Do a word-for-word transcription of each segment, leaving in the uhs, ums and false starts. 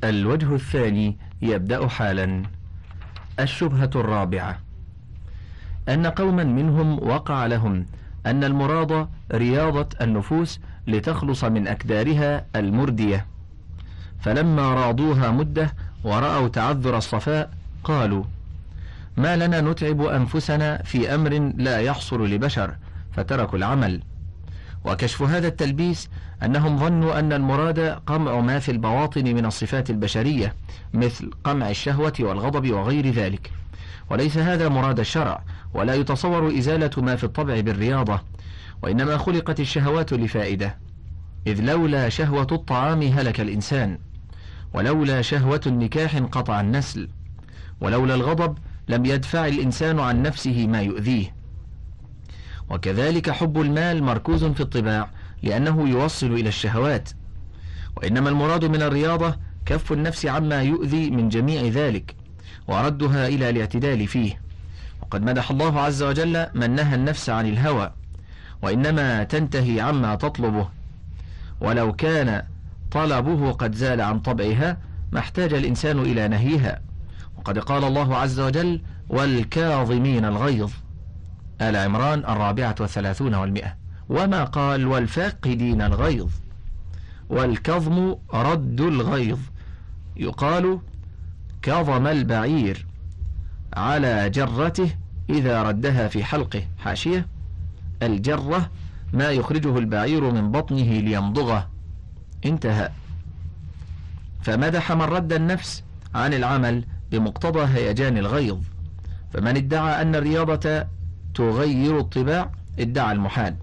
الوجه الثاني يبدأ حالا. الشبهة الرابعة أن قوما منهم وقع لهم أن المراد رياضة النفوس لتخلص من أكدارها المردية، فلما راضوها مدة ورأوا تعذر الصفاء قالوا: ما لنا نتعب أنفسنا في أمر لا يحصل لبشر، فتركوا العمل. وكشف هذا التلبيس أنهم ظنوا أن المراد قمع ما في البواطن من الصفات البشرية، مثل قمع الشهوة والغضب وغير ذلك، وليس هذا مراد الشرع، ولا يتصور إزالة ما في الطبع بالرياضة، وإنما خلقت الشهوات لفائدة، إذ لولا شهوة الطعام هلك الإنسان، ولولا شهوة النكاح انقطع النسل، ولولا الغضب لم يدفع الإنسان عن نفسه ما يؤذيه. وكذلك حب المال مركوز في الطباع لأنه يوصل إلى الشهوات، وإنما المراد من الرياضة كف النفس عما يؤذي من جميع ذلك، وردها إلى الاعتدال فيه. وقد مدح الله عز وجل من نهى النفس عن الهوى، وإنما تنتهي عما تطلبه، ولو كان طلبه قد زال عن طبعها ما احتاج الإنسان إلى نهيها. وقد قال الله عز وجل: والكاظمين الغيظ، آل عمران الرابعة والثلاثون والمئة، وما قال والفاقدين الغيظ. والكظم رد الغيظ، يقال كظم البعير على جرته إذا ردها في حلقه. حاشية: الجرة ما يخرجه البعير من بطنه ليمضغه. انتهى. فمدح من رد النفس عن العمل بمقتضى هيجان الغيظ. فمن ادعى أن الرياضة تغير الطباع ادعى المحال،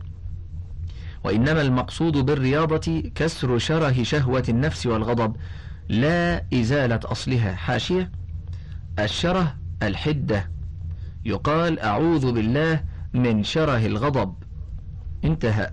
وإنما المقصود بالرياضة كسر شره شهوة النفس والغضب، لا إزالة أصلها. حاشية: الشره الحدة، يقال أعوذ بالله من شره الغضب. انتهى.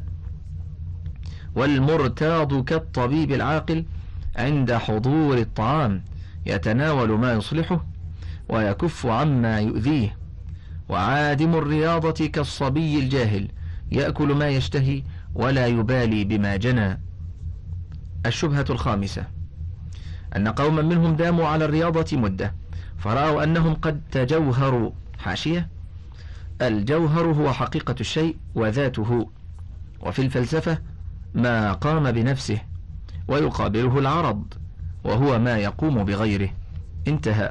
والمرتاض كالطبيب العاقل عند حضور الطعام يتناول ما يصلحه ويكف عما يؤذيه، وعادم الرياضة كالصبي الجاهل يأكل ما يشتهي ولا يبالي بما جنى. الشبهة الخامسة أن قوما منهم داموا على الرياضة مدة فرأوا أنهم قد تجوهروا. حاشية: الجوهر هو حقيقة الشيء وذاته، وفي الفلسفة ما قام بنفسه، ويقابله العرض وهو ما يقوم بغيره. انتهى.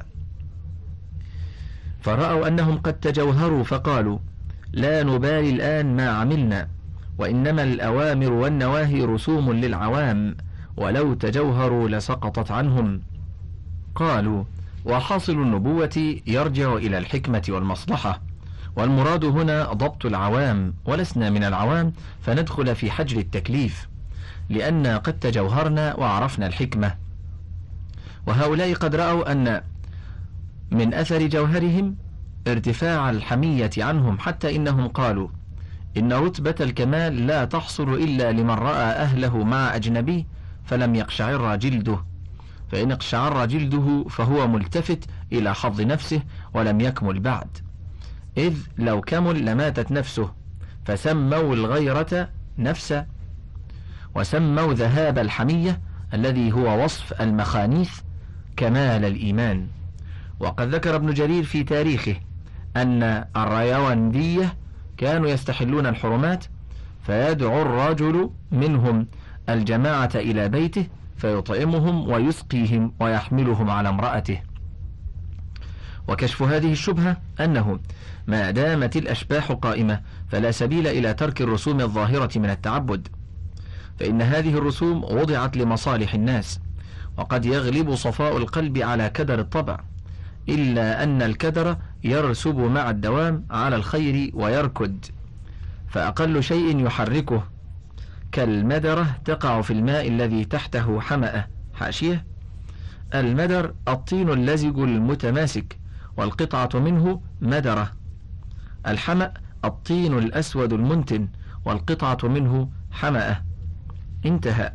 فرأوا أنهم قد تجوهروا فقالوا: لا نبالي الآن ما عملنا، وإنما الأوامر والنواهي رسوم للعوام، ولو تجوهروا لسقطت عنهم. قالوا: وحاصل النبوة يرجع إلى الحكمة والمصلحة، والمراد هنا ضبط العوام، ولسنا من العوام فندخل في حجر التكليف، لأن قد تجوهرنا وعرفنا الحكمة. وهؤلاء قد رأوا أن من أثر جوهرهم ارتفاع الحمية عنهم، حتى إنهم قالوا إن رتبة الكمال لا تحصل إلا لمن رأى أهله مع أجنبي فلم يقشعر جلده، فإن اقشعر جلده فهو ملتفت إلى حظ نفسه ولم يكمل بعد، إذ لو كمل لماتت نفسه، فسموا الغيرة نفسا، وسموا ذهاب الحمية الذي هو وصف المخانيث كمال الإيمان. وقد ذكر ابن جرير في تاريخه أن الريواندية كانوا يستحلون الحرمات، فيدعو الرجل منهم الجماعة إلى بيته فيطعمهم ويسقيهم ويحملهم على امرأته. وكشف هذه الشبهة أنه ما دامت الأشباح قائمة فلا سبيل إلى ترك الرسوم الظاهرة من التعبد، فإن هذه الرسوم وضعت لمصالح الناس، وقد يغلب صفاء القلب على كدر الطبع، إلا أن الكدر يرسب مع الدوام على الخير ويركد، فأقل شيء يحركه كالمدرة تقع في الماء الذي تحته حمأة. حاشية: المدر الطين اللزج المتماسك، والقطعة منه مدرة. الحمأ الطين الأسود المنتن، والقطعة منه حمأة. انتهى.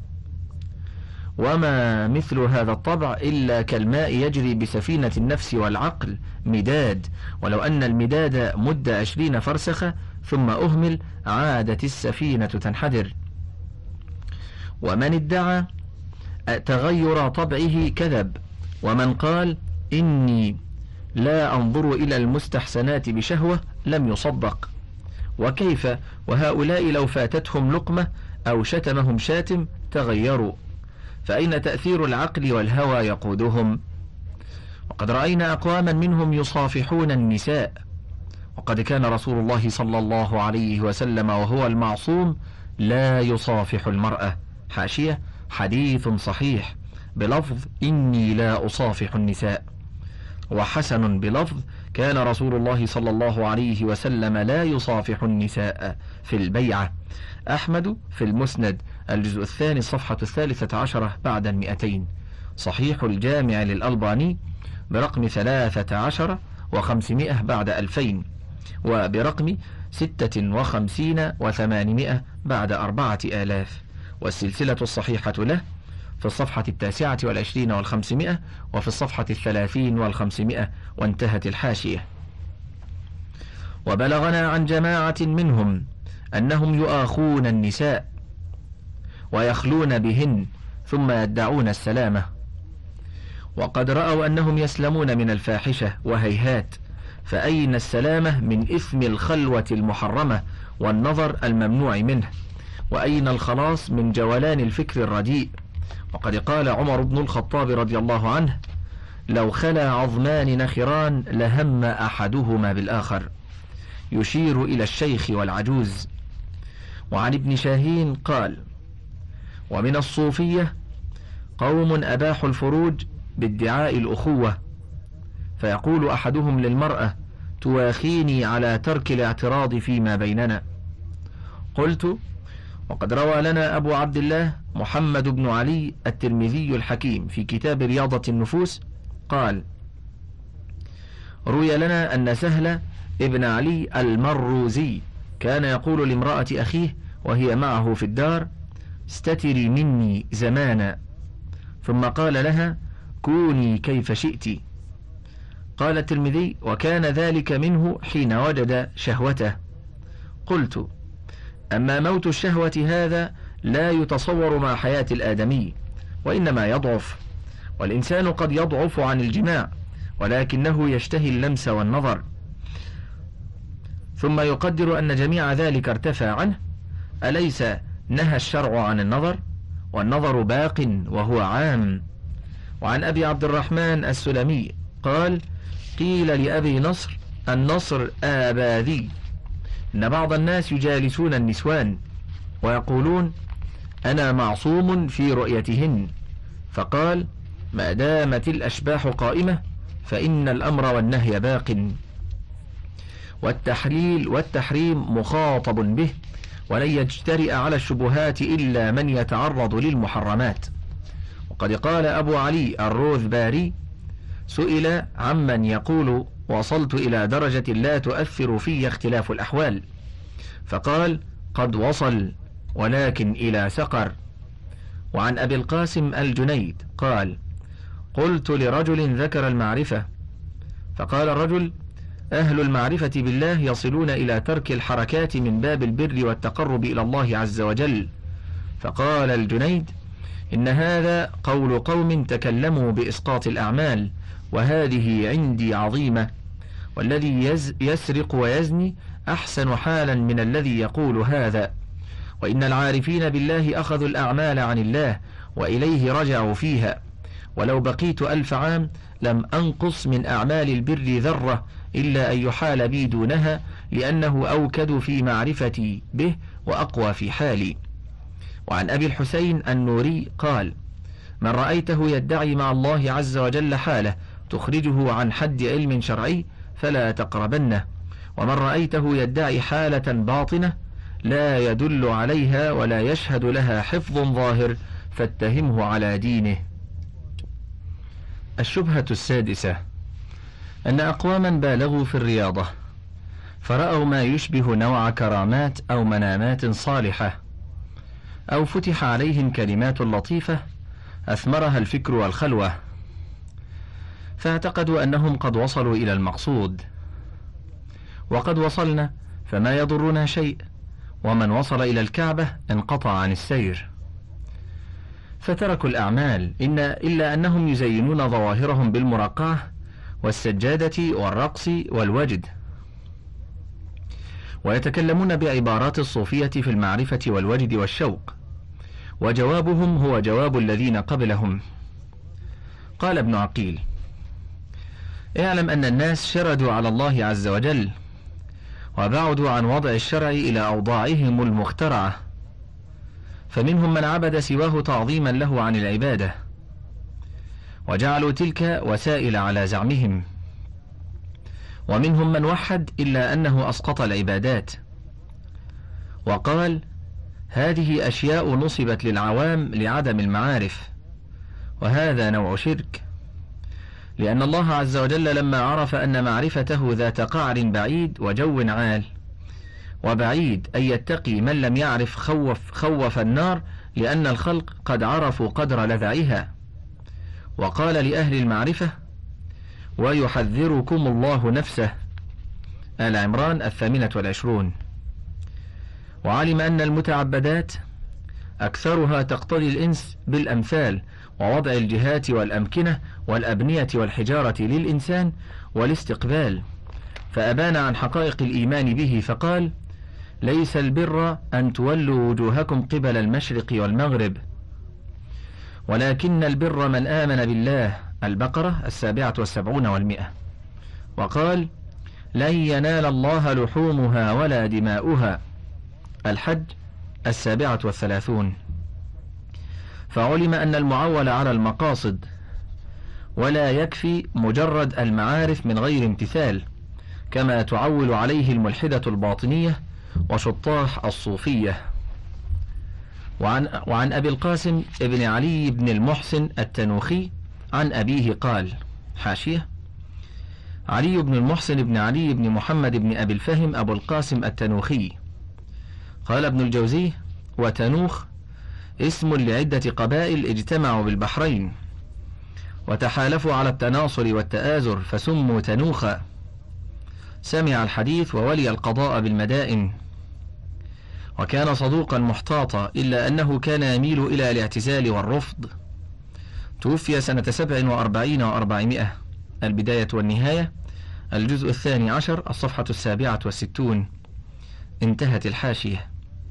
وما مثل هذا الطبع إلا كالماء يجري بسفينة النفس والعقل مداد، ولو أن المداد مد عشرين فرسخة ثم أهمل عادت السفينة تنحدر. ومن ادعى تغير طبعه كذب، ومن قال إني لا أنظر إلى المستحسنات بشهوة لم يصدق. وكيف وهؤلاء لو فاتتهم لقمة أو شتمهم شاتم تغيروا، فأين تأثير العقل والهوى يقودهم؟ وقد رأينا أقواما منهم يصافحون النساء، وقد كان رسول الله صلى الله عليه وسلم وهو المعصوم لا يصافح المرأة. حاشية: حديث صحيح بلفظ إني لا أصافح النساء، وحسن بلفظ كان رسول الله صلى الله عليه وسلم لا يصافح النساء في البيعة. أحمد في المسند الجزء الثاني الصفحة الثالثة عشرة بعد المئتين. صحيح الجامع للألباني برقم ثلاثة عشر وخمسمائة بعد ألفين، وبرقم ستة وخمسين وثمانمائة بعد أربعة آلاف، والسلسلة الصحيحة له في الصفحة التاسعة والعشرين والخمسمائة وفي الصفحة الثلاثين والخمسمائة. وانتهت الحاشية. وبلغنا عن جماعة منهم أنهم يؤاخون النساء ويخلون بهن ثم يدعون السلامة، وقد رأوا أنهم يسلمون من الفاحشة وهيهات، فأين السلامة من إثم الخلوة المحرمة والنظر الممنوع منه؟ وأين الخلاص من جولان الفكر الرديء؟ وقد قال عمر بن الخطاب رضي الله عنه: لو خلا عظمان نخران لهم أحدهما بالآخر، يشير إلى الشيخ والعجوز. وعن ابن شاهين قال: ومن الصوفية قوم أباحوا الفروج بادعاء الأخوة، فيقول أحدهم للمرأة: تواخيني على ترك الاعتراض فيما بيننا. قلت: وقد روى لنا أبو عبد الله محمد بن علي الترمذي الحكيم في كتاب رياضة النفوس قال: روي لنا أن سهل ابن علي المروزي كان يقول لامرأة أخيه وهي معه في الدار: استتري مني زمانا، ثم قال لها: كوني كيف شئت. قال الترمذي: وكان ذلك منه حين وجد شهوته. قلت: أما موت الشهوة هذا لا يتصور مع حياة الآدمي، وإنما يضعف، والإنسان قد يضعف عن الجماع ولكنه يشتهي اللمس والنظر، ثم يقدر أن جميع ذلك ارتفع عنه. أليس نهى الشرع عن النظر؟ والنظر باق وهو عام. وعن أبي عبد الرحمن السلمي قال: قيل لأبي نصر النصر آباذي إن بعض الناس يجالسون النسوان ويقولون: أنا معصوم في رؤيتهن، فقال: ما دامت الأشباح قائمة فإن الأمر والنهي باق، والتحليل والتحريم مخاطب به، ولن يجترئ على الشبهات إلا من يتعرض للمحرمات. وقد قال أبو علي الروذباري: سئل عمن يقول: وصلت إلى درجة لا تؤثر في اختلاف الأحوال، فقال: قد وصل ولكن إلى سقر. وعن أبي القاسم الجنيد قال: قلت لرجل ذكر المعرفة، فقال الرجل: أهل المعرفة بالله يصلون إلى ترك الحركات من باب البر والتقرب إلى الله عز وجل. فقال الجنيد: إن هذا قول قوم تكلموا بإسقاط الأعمال، وهذه عندي عظيمة، والذي يسرق ويزني أحسن حالا من الذي يقول هذا. وإن العارفين بالله أخذوا الأعمال عن الله وإليه رجعوا فيها، ولو بقيت ألف عام لم أنقص من أعمال البر ذرة إلا أن يحال بي دونها، لأنه أوكد في معرفتي به وأقوى في حالي. وعن أبي الحسين النوري قال: من رأيته يدعي مع الله عز وجل حالة تخرجه عن حد علم شرعي فلا تقربنه، ومن رأيته يدعي حالة باطنة لا يدل عليها ولا يشهد لها حفظ ظاهر فاتهمه على دينه. الشبهة السادسة: أن أقواما بالغوا في الرياضة فرأوا ما يشبه نوع كرامات أو منامات صالحة، أو فتح عليهم كلمات لطيفة أثمرها الفكر والخلوة، فاعتقدوا أنهم قد وصلوا إلى المقصود. وقد وصلنا فما يضرنا شيء، ومن وصل إلى الكعبة انقطع عن السير. فتركوا الأعمال إن إلا أنهم يزينون ظواهرهم بالمرقعة والسجادة والرقص والوجد، ويتكلمون بعبارات الصوفية في المعرفة والوجد والشوق، وجوابهم هو جواب الذين قبلهم. قال ابن عقيل: اعلم أن الناس شردوا على الله عز وجل، وبعدوا عن وضع الشرع إلى أوضاعهم المخترعة، فمنهم من عبد سواه تعظيما له عن العبادة، وجعلوا تلك وسائل على زعمهم، ومنهم من وحد إلا أنه أسقط العبادات، وقال: هذه أشياء نصبت للعوام لعدم المعارف، وهذا نوع شرك، لأن الله عز وجل لما عرف أن معرفته ذات قعر بعيد وجو عال، وبعيد أن يتقي من لم يعرف خوف, خوف النار، لأن الخلق قد عرفوا قدر لذعها، وقال لأهل المعرفة: ويحذركم الله نفسه. آل عمران الثامنة والعشرون. وعلم أن المتعبدات أكثرها تقتضي الإنس بالأمثال، ووضع الجهات والأمكنة والأبنية والحجارة للإنسان والاستقبال، فأبان عن حقائق الإيمان به فقال: ليس البر أن تولوا وجوهكم قبل المشرق والمغرب، ولكن البر من آمن بالله. البقرة السابعة والسبعون والمئة. وقال: لن ينال الله لحومها ولا دماؤها. الحج السابعة والثلاثون. فعلم أن المعول على المقاصد، ولا يكفي مجرد المعارف من غير امتثال، كما تعول عليه الملحدة الباطنية وشطاح الصوفية. وعن, وعن أبي القاسم ابن علي بن المحسن التنوخي عن أبيه قال: حاشية: علي بن المحسن بن علي بن محمد بن أبي الفهم أبو القاسم التنوخي. قال ابن الجوزي: وتنوخ اسم لعدة قبائل اجتمعوا بالبحرين، وتحالفوا على التناصر والتآزر فسموا تنوخا. سمع الحديث وولي القضاء بالمدائن، وكان صدوقا محتاطا، إلا أنه كان يميل إلى الاعتزال والرفض. توفي سنة سبع وأربعين وأربعمائة. البداية والنهاية الجزء الثاني عشر الصفحة السابعة والستون. انتهت الحاشية.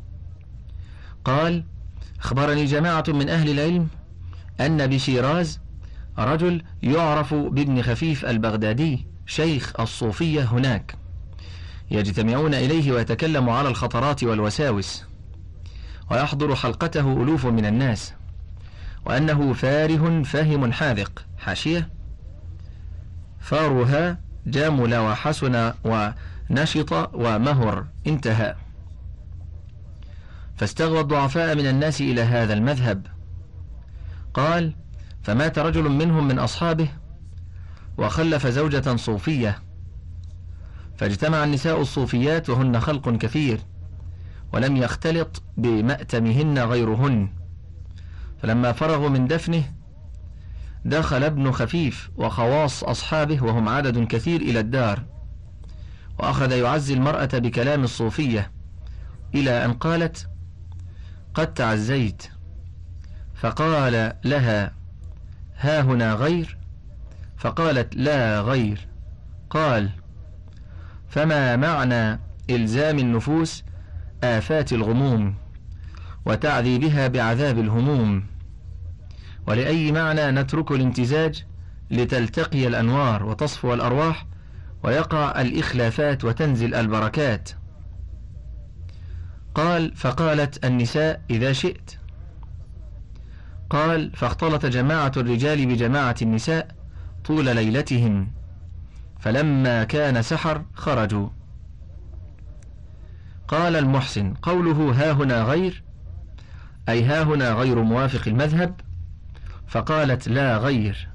قال: أخبرني جماعة من أهل العلم أن بشيراز رجل يعرف بابن خفيف البغدادي شيخ الصوفية هناك، يجتمعون إليه ويتكلم على الخطرات والوساوس، ويحضر حلقته ألوف من الناس، وأنه فاره فاهم حاذق. حاشية: فارها جامل وحسن ونشط ومهر. انتهى. فاستغوى الضعفاء من الناس إلى هذا المذهب. قال: فمات رجل منهم من أصحابه وخلف زوجة صوفية، فاجتمع النساء الصوفيات وهن خلق كثير، ولم يختلط بمأتمهن غيرهن، فلما فرغوا من دفنه دخل ابن خفيف وخواص أصحابه وهم عدد كثير إلى الدار، وأخذ يعزي المرأة بكلام الصوفية، إلى أن قالت: قد تعزيت، فقال لها: ها هنا غير؟ فقالت: لا غير. قال: فما معنى إلزام النفوس آفات الغموم وتعذيبها بعذاب الهموم؟ ولأي معنى نترك الامتزاج لتلتقي الأنوار وتصفو الأرواح ويقع الإخلافات وتنزل البركات؟ قال: فقالت النساء: إذا شئت. قال: فاختلط جماعة الرجال بجماعة النساء طول ليلتهم، فلما كان سحر خرجوا. قال المحسن: قوله ها هنا غير أي ها هنا غير موافق المذهب، فقالت: لا غير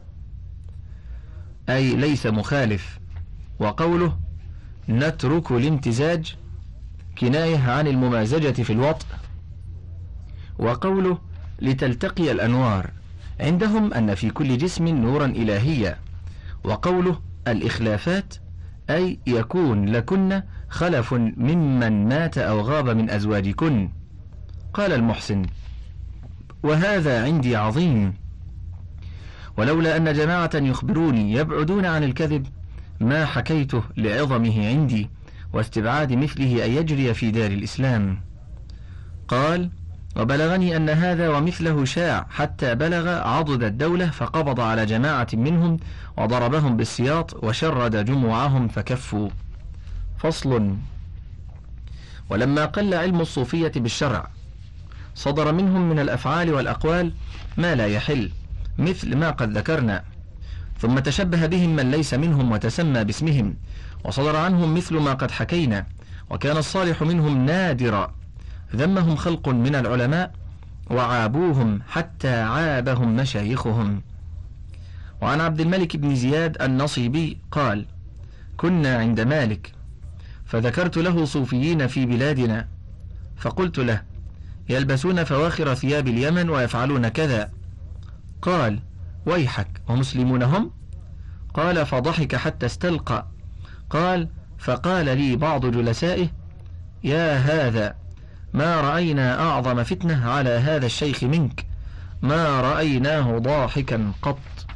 أي ليس مخالف. وقوله نترك الامتزاج كناية عن الممازجة في الوطء. وقوله لتلتقي الأنوار عندهم أن في كل جسم نورا إلهيا. وقوله الإخلافات أي يكون لكن خلف ممن مات أو غاب من أزواجكن. قال المحسن: وهذا عندي عظيم، ولولا أن جماعة يخبروني يبعدون عن الكذب ما حكيته لعظمه عندي واستبعاد مثله أن يجري في دار الإسلام. قال: وبلغني أن هذا ومثله شاع حتى بلغ عضد الدولة، فقبض على جماعة منهم وضربهم بالسياط وشرد جموعهم فكفوا. فصل. ولما قل علم الصوفية بالشرع صدر منهم من الأفعال والأقوال ما لا يحل، مثل ما قد ذكرنا، ثم تشبه بهم من ليس منهم وتسمى باسمهم، وصدر عنهم مثل ما قد حكينا، وكان الصالح منهم نادرا، ذمهم خلق من العلماء وعابوهم حتى عابهم مشايخهم. وعن عبد الملك بن زياد النصيبي قال: كنا عند مالك فذكرت له صوفيين في بلادنا، فقلت له: يلبسون فواخر ثياب اليمن ويفعلون كذا. قال: ويحك، ومسلمون هم؟ قال: فضحك حتى استلقى. قال: فقال لي بعض جلسائه: يا هذا، ما رأينا أعظم فتنة على هذا الشيخ منك، ما رأيناه ضاحكا قط.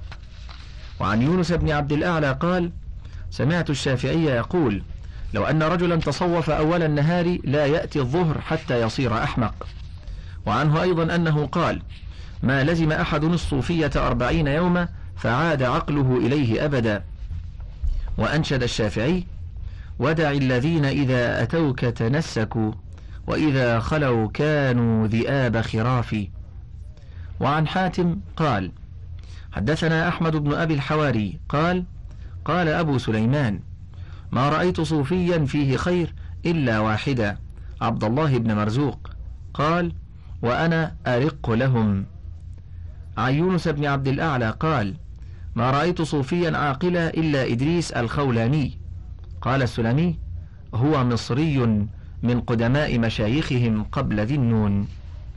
وعن يونس بن عبد الأعلى قال: سمعت الشافعي يقول: لو أن رجلا تصوف أول النهار لا يأتي الظهر حتى يصير أحمق. وعنه أيضا أنه قال: ما لزم أحد الصوفية أربعين يوما فعاد عقله إليه أبدا. وأنشد الشافعي: ودع الذين إذا أتوك تنسكوا، وإذا خلوا كانوا ذئاب خراف. وعن حاتم قال: حدثنا أحمد بن أبي الحواري قال: قال أبو سليمان: ما رأيت صوفيا فيه خير إلا واحدا، عبد الله بن مرزوق. قال: وأنا أرق لهم. عن يونس بن عبد الأعلى قال: ما رأيت صوفيا عاقلا إلا إدريس الخولاني. قال السلمي: هو مصري من قدماء مشايخهم قبل ذي النون.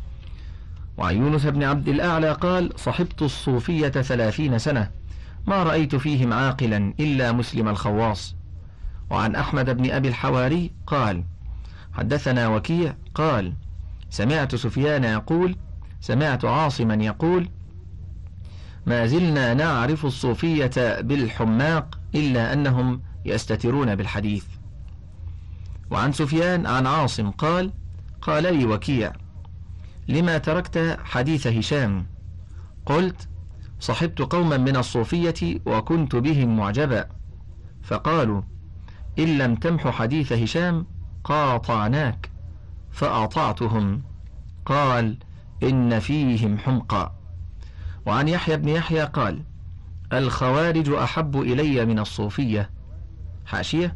وعن يونس بن عبد الأعلى قال: صحبت الصوفية ثلاثين سنة، ما رأيت فيهم عاقلا إلا مسلم الخواص. وعن أحمد بن أبي الحواري قال: حدثنا وكيع قال: سمعت سفيان يقول: سمعت عاصما يقول: ما زلنا نعرف الصوفية بالحماق إلا أنهم يستترون بالحديث. وعن سفيان عن عاصم قال: قال لي وكيع: لما تركت حديث هشام؟ قلت: صحبت قوما من الصوفية وكنت بهم معجبا، فقالوا: إن لم تمح حديث هشام قاطعناك، فأطعتهم. قال: إن فيهم حمقا. وعن يحيى بن يحيى قال: الخوارج أحب إلي من الصوفية. حاشية: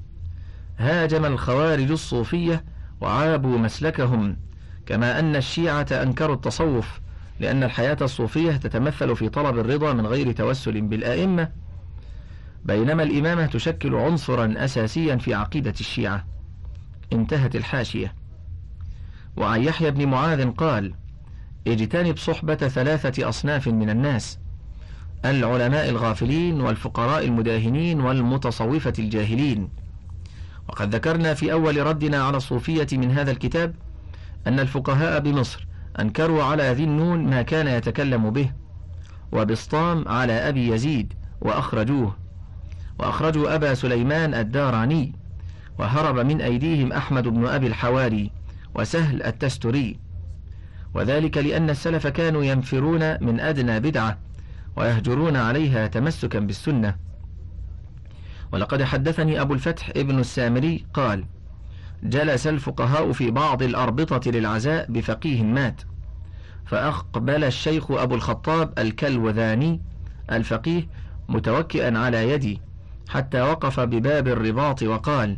هاجم الخوارج الصوفية وعابوا مسلكهم، كما أن الشيعة أنكروا التصوف، لأن الحياة الصوفية تتمثل في طلب الرضا من غير توسل بالآئمة، بينما الإمامة تشكل عنصرا أساسيا في عقيدة الشيعة. انتهت الحاشية. وعن يحيى بن معاذ قال: اجتنب صحبة ثلاثة أصناف من الناس: العلماء الغافلين، والفقراء المداهنين، والمتصوفة الجاهلين. وقد ذكرنا في أول ردنا على الصوفية من هذا الكتاب أن الفقهاء بمصر أنكروا على ذي النون ما كان يتكلم به، وبسطام على أبي يزيد وأخرجوه، وأخرجوا أبا سليمان الداراني، وهرب من أيديهم أحمد بن أبي الحواري وسهل التستري، وذلك لأن السلف كانوا ينفرون من أدنى بدعة ويهجرون عليها تمسكا بالسنة. ولقد حدثني أبو الفتح ابن السامري قال: جلس الفقهاء في بعض الأربطة للعزاء بفقيه مات، فأقبل الشيخ أبو الخطاب الكلوذاني الفقيه متوكئا على يدي حتى وقف بباب الرباط وقال: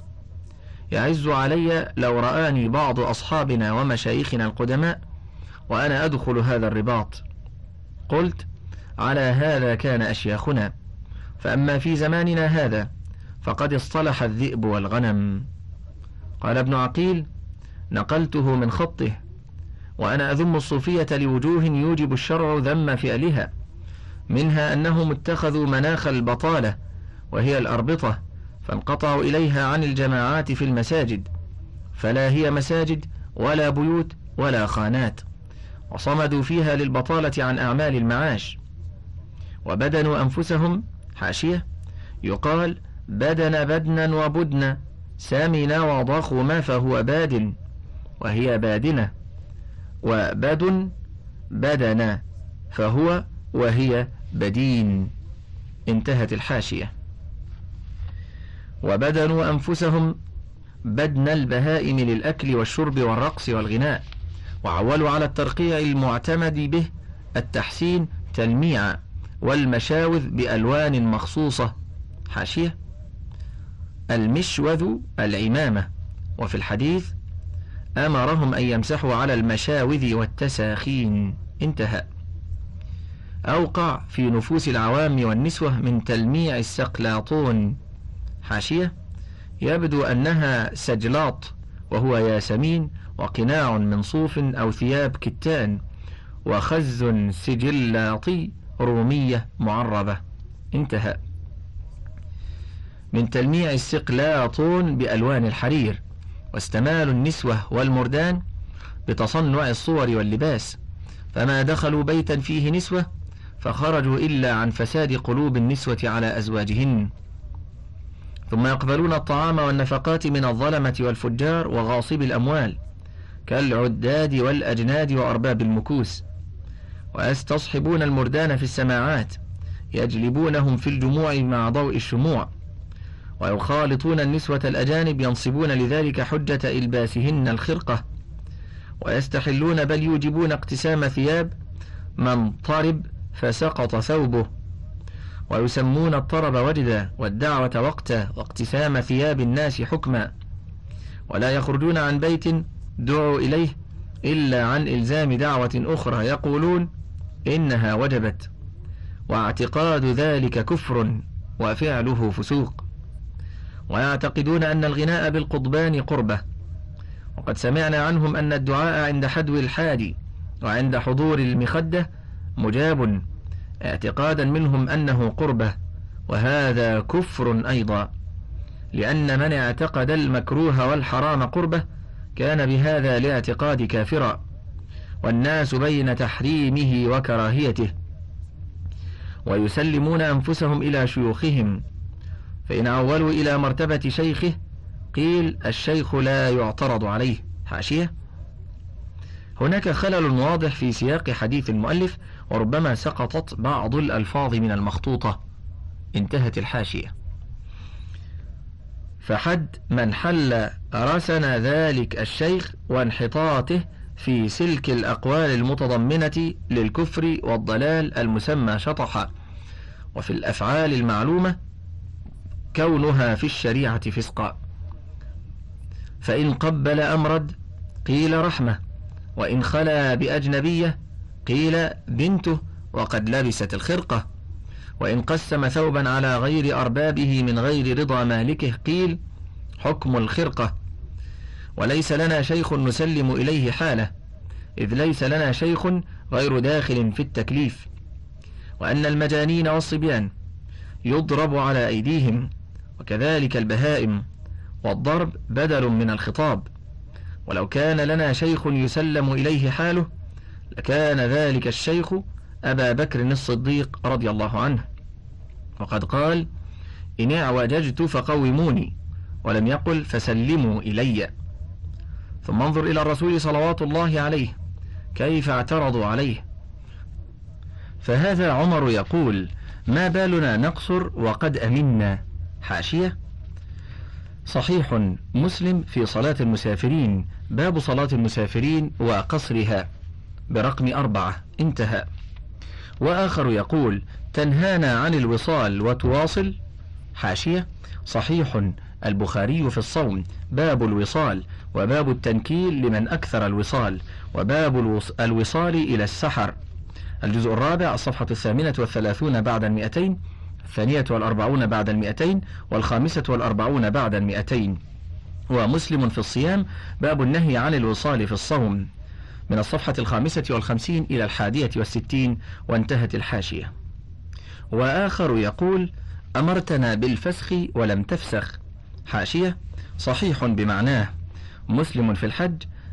يعز علي لو رآني بعض أصحابنا ومشايخنا القدماء وأنا أدخل هذا الرباط. قلت: على هذا كان أشياخنا، فأما في زماننا هذا فقد اصطلح الذئب والغنم. قال ابن عقيل: نقلته من خطه. وأنا أذم الصوفية لوجوه يوجب الشرع ذم فعلها، منها أنهم اتخذوا مناخ البطالة وهي الأربطة، فانقطعوا إليها عن الجماعات في المساجد، فلا هي مساجد ولا بيوت ولا خانات، وصمدوا فيها للبطالة عن أعمال المعاش. وبدنوا أنفسهم، حاشية، يقال بدن بدنا وبدنا، سامن وضخم فهو باد، وهي بادنة، وبدن بدنا فهو وهي بدين. انتهت الحاشية. وبدنوا أنفسهم بدن البهائم للأكل والشرب والرقص والغناء، وعولوا على الترقيع المعتمد به التحسين تلميعا، والمشاوذ بألوان مخصوصة. حاشية، المشوذ العمامة، وفي الحديث أمرهم أن يمسحوا على المشاوذ والتساخين. انتهى. أوقع في نفوس العوام والنسوة من تلميع السقلاطون. حاشية، يبدو أنها سجلاط، وهو ياسمين وقناع من صوف أو ثياب كتان، وخز سجلاطي رومية معربة. انتهى. من تلميع السقلاطون بألوان الحرير، واستمال النسوة والمردان بتصنع الصور واللباس، فما دخلوا بيتا فيه نسوة فخرجوا إلا عن فساد قلوب النسوة على أزواجهن. ثم يقبلون الطعام والنفقات من الظلمة والفجار وغاصب الأموال كالعداد والأجناد وأرباب المكوس، ويستصحبون المردان في السماعات يجلبونهم في الجموع مع ضوء الشموع، ويخالطون النسوة الأجانب ينصبون لذلك حجة إلباسهن الخرقة، ويستحلون بل يوجبون اقتسام ثياب من طرب فسقط ثوبه، ويسمون الطرب وجدا والدعوة وقتا واقتسام ثياب الناس حكما، ولا يخرجون عن بيت دعوا إليه إلا عن إلزام دعوة أخرى يقولون إنها وجبت، واعتقاد ذلك كفر وفعله فسوق، ويعتقدون أن الغناء بالقضبان قربة. وقد سمعنا عنهم أن الدعاء عند حدو الحادي وعند حضور المخدة مجاب، اعتقادا منهم أنه قربة، وهذا كفر أيضا، لأن من اعتقد المكروه والحرام قربة كان بهذا الاعتقاد كافرا، والناس بين تحريمه وكراهيته. ويسلمون أنفسهم إلى شيوخهم، فإن عولوا إلى مرتبة شيخه قيل الشيخ لا يعترض عليه. حاشية، هناك خلل واضح في سياق حديث المؤلف، وربما سقطت بعض الألفاظ من المخطوطة. انتهت الحاشية. فحد من حل رسن ذلك الشيخ وانحطاطه في سلك الأقوال المتضمنة للكفر والضلال المسمى شطحا، وفي الأفعال المعلومة كونها في الشريعة فسقا. فإن قبل أمرد قيل رحمة، وإن خلا بأجنبية قيل بنته وقد لبست الخرقة، وإن قسم ثوبا على غير أربابه من غير رضا مالكه قيل حكم الخرقة. وليس لنا شيخ نسلم إليه حاله، إذ ليس لنا شيخ غير داخل في التكليف، وأن المجانين والصبيان يضرب على أيديهم، وكذلك البهائم، والضرب بدل من الخطاب. ولو كان لنا شيخ يسلم إليه حاله لكان ذلك الشيخ أبا بكر الصديق رضي الله عنه، وقد قال إن اعوججت فقوموني، ولم يقل فسلموا إلي. ثم انظر إلى الرسول صلوات الله عليه كيف اعترضوا عليه. فهذا عمر يقول ما بالنا نقصر وقد أمنا. حاشية، صحيح مسلم في صلاة المسافرين، باب صلاة المسافرين وقصرها برقم أربعة. انتهى. وآخر يقول تنهانا عن الوصال وتواصل. حاشية، صحيح البخاري في الصوم باب الوصال، وباب التنكيل لمن أكثر الوصال، وباب الوصال إلى السحر. الجزء الرابع الصفحة الثامنة والثلاثون بعد المئتين، الثانية والأربعون بعد المئتين، والخامسة والأربعون بعد المئتين. ومسلم في الصيام باب النهي عن الوصال في الصوم من الصفحة الخامسة والخمسين إلى الحادية والستين. وانتهت الحاشية. وآخر يقول أمرتنا بالفسخ ولم تفسخ. حاشية، صحيح بمعناه. مسلم في الحج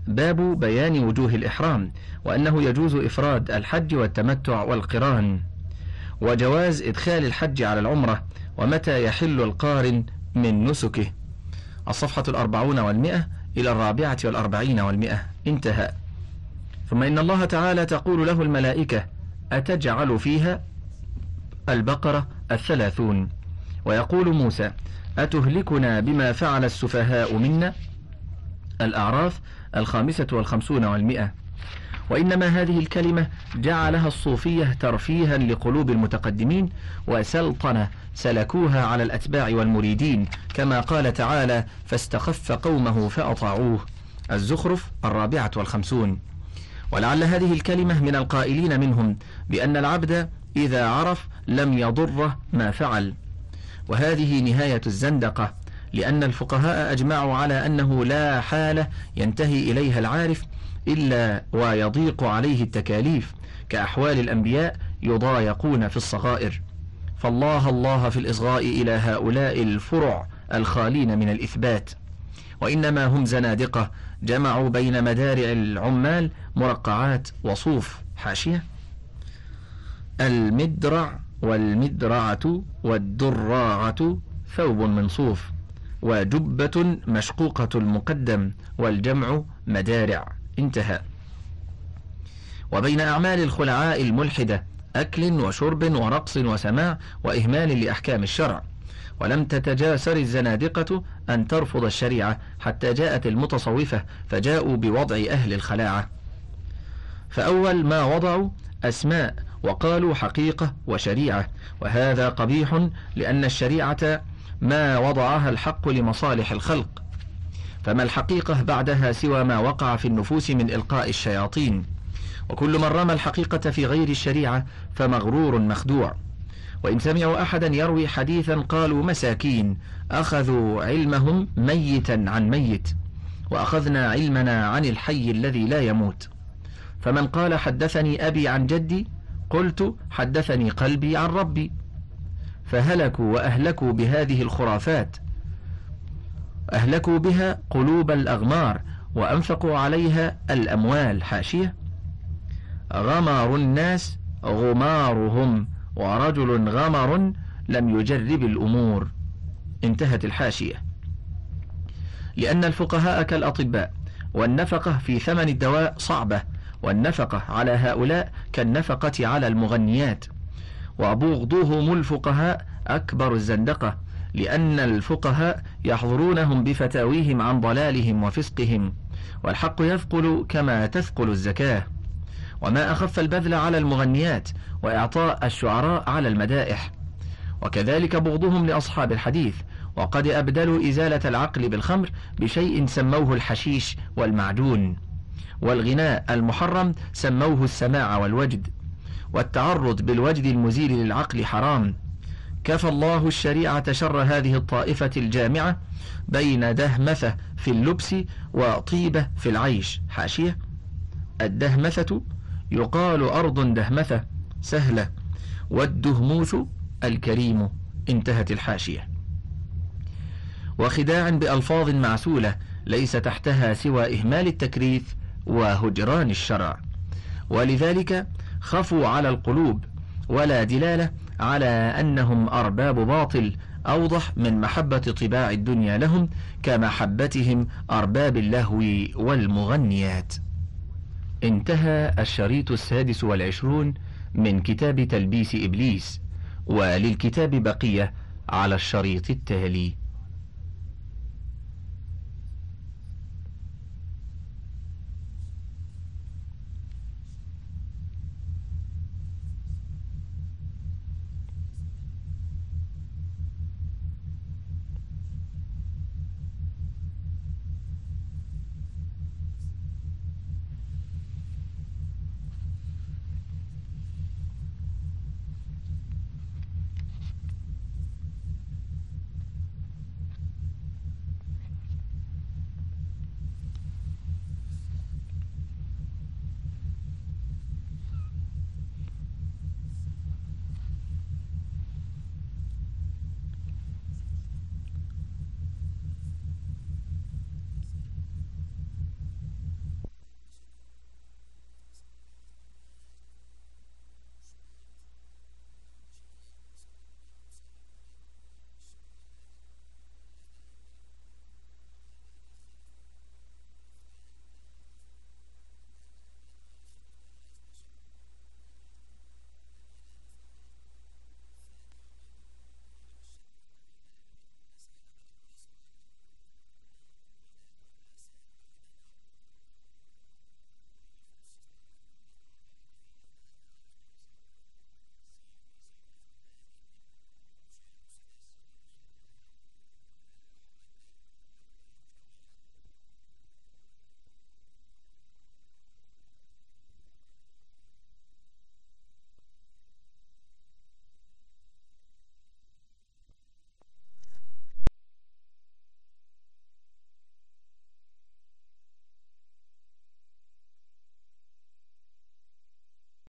باب بيان وجوه الإحرام، وأنه يجوز إفراد الحج والتمتع والقران، وجواز إدخال الحج على العمرة، ومتى يحل القارن من نسكه. الصفحة الأربعون والمئة إلى الرابعة والأربعين والمئة. انتهى. ثم إن الله تعالى تقول له الملائكة: أتجعل فيها؟ البقرة الثلاثون. ويقول موسى: أتهلكنا بما فعل السفهاء منا؟ الأعراف الخامسة والخمسون والمئة. وإنما هذه الكلمة جعلها الصوفية ترفيها لقلوب المتقدمين، وسلطنة سلكوها على الأتباع والمريدين، كما قال تعالى: فاستخف قومه فأطاعوه. الزخرف الرابعة والخمسون. ولعل هذه الكلمة من القائلين منهم بأن العبد إذا عرف لم يضره ما فعل، وهذه نهاية الزندقة، لأن الفقهاء أجمعوا على أنه لا حالة ينتهي إليها العارف إلا ويضيق عليه التكاليف، كأحوال الأنبياء يضايقون في الصغائر. فالله الله في الإصغاء إلى هؤلاء الفرع الخالين من الإثبات، وإنما هم زنادقة جمعوا بين مدارع العمال مرقعات وصوف. حاشية: المدرع والمدرعة والدراعة ثوب من صوف، وجبة مشقوقة المقدم، والجمع مدارع. انتهى. وبين أعمال الخلعاء الملحدة أكل وشرب ورقص وسماع وإهمال لأحكام الشرع، ولم تتجاسر الزنادقة أن ترفض الشريعة حتى جاءت المتصوفة فجاءوا بوضع أهل الخلاعة. فأول ما وضعوا أسماء وقالوا حقيقة وشريعة، وهذا قبيح، لأن الشريعة ما وضعها الحق لمصالح الخلق، فما الحقيقة بعدها سوى ما وقع في النفوس من إلقاء الشياطين، وكل من رمى الحقيقة في غير الشريعة فمغرور مخدوع. وإن سمعوا أحدا يروي حديثا قالوا: مساكين أخذوا علمهم ميتا عن ميت، وأخذنا علمنا عن الحي الذي لا يموت. فمن قال: حدثني أبي عن جدي، قلت: حدثني قلبي عن ربي. فهلكوا وأهلكوا بهذه الخرافات، أهلكوا بها قلوب الأغمار وأنفقوا عليها الأموال. حاشية: غمار الناس غمارهم، ورجل غمر لم يجرب الأمور. انتهت الحاشية. لأن الفقهاء كالأطباء، والنفقة في ثمن الدواء صعبة، والنفقة على هؤلاء كالنفقة على المغنيات، وبغضهم الفقهاء أكبر الزندقة، لأن الفقهاء يحضرونهم بفتاويهم عن ضلالهم وفسقهم، والحق يثقل كما تثقل الزكاة. وما أخف البذل على المغنيات وإعطاء الشعراء على المدائح، وكذلك بغضهم لأصحاب الحديث، وقد أبدلوا إزالة العقل بالخمر بشيء سموه الحشيش والمعجون، والغناء المحرم سموه السماع والوجد، والتعرض بالوجد المزيل للعقل حرام. كفى الله الشريعة شر هذه الطائفة الجامعة بين دهمثة في اللبس وطيبة في العيش. حاشية: الدهمثة يقال أرض دهمثة سهلة، والدهموث الكريم. انتهت الحاشية. وخداع بألفاظ معسولة ليس تحتها سوى إهمال التكريث وهجران الشرع، ولذلك خفوا على القلوب، ولا دلالة على أنهم أرباب باطل أوضح من محبة طباع الدنيا لهم كمحبتهم أرباب اللهو والمغنيات. انتهى الشريط السادس والعشرون من كتاب تلبيس إبليس، وللكتاب بقية على الشريط التالي.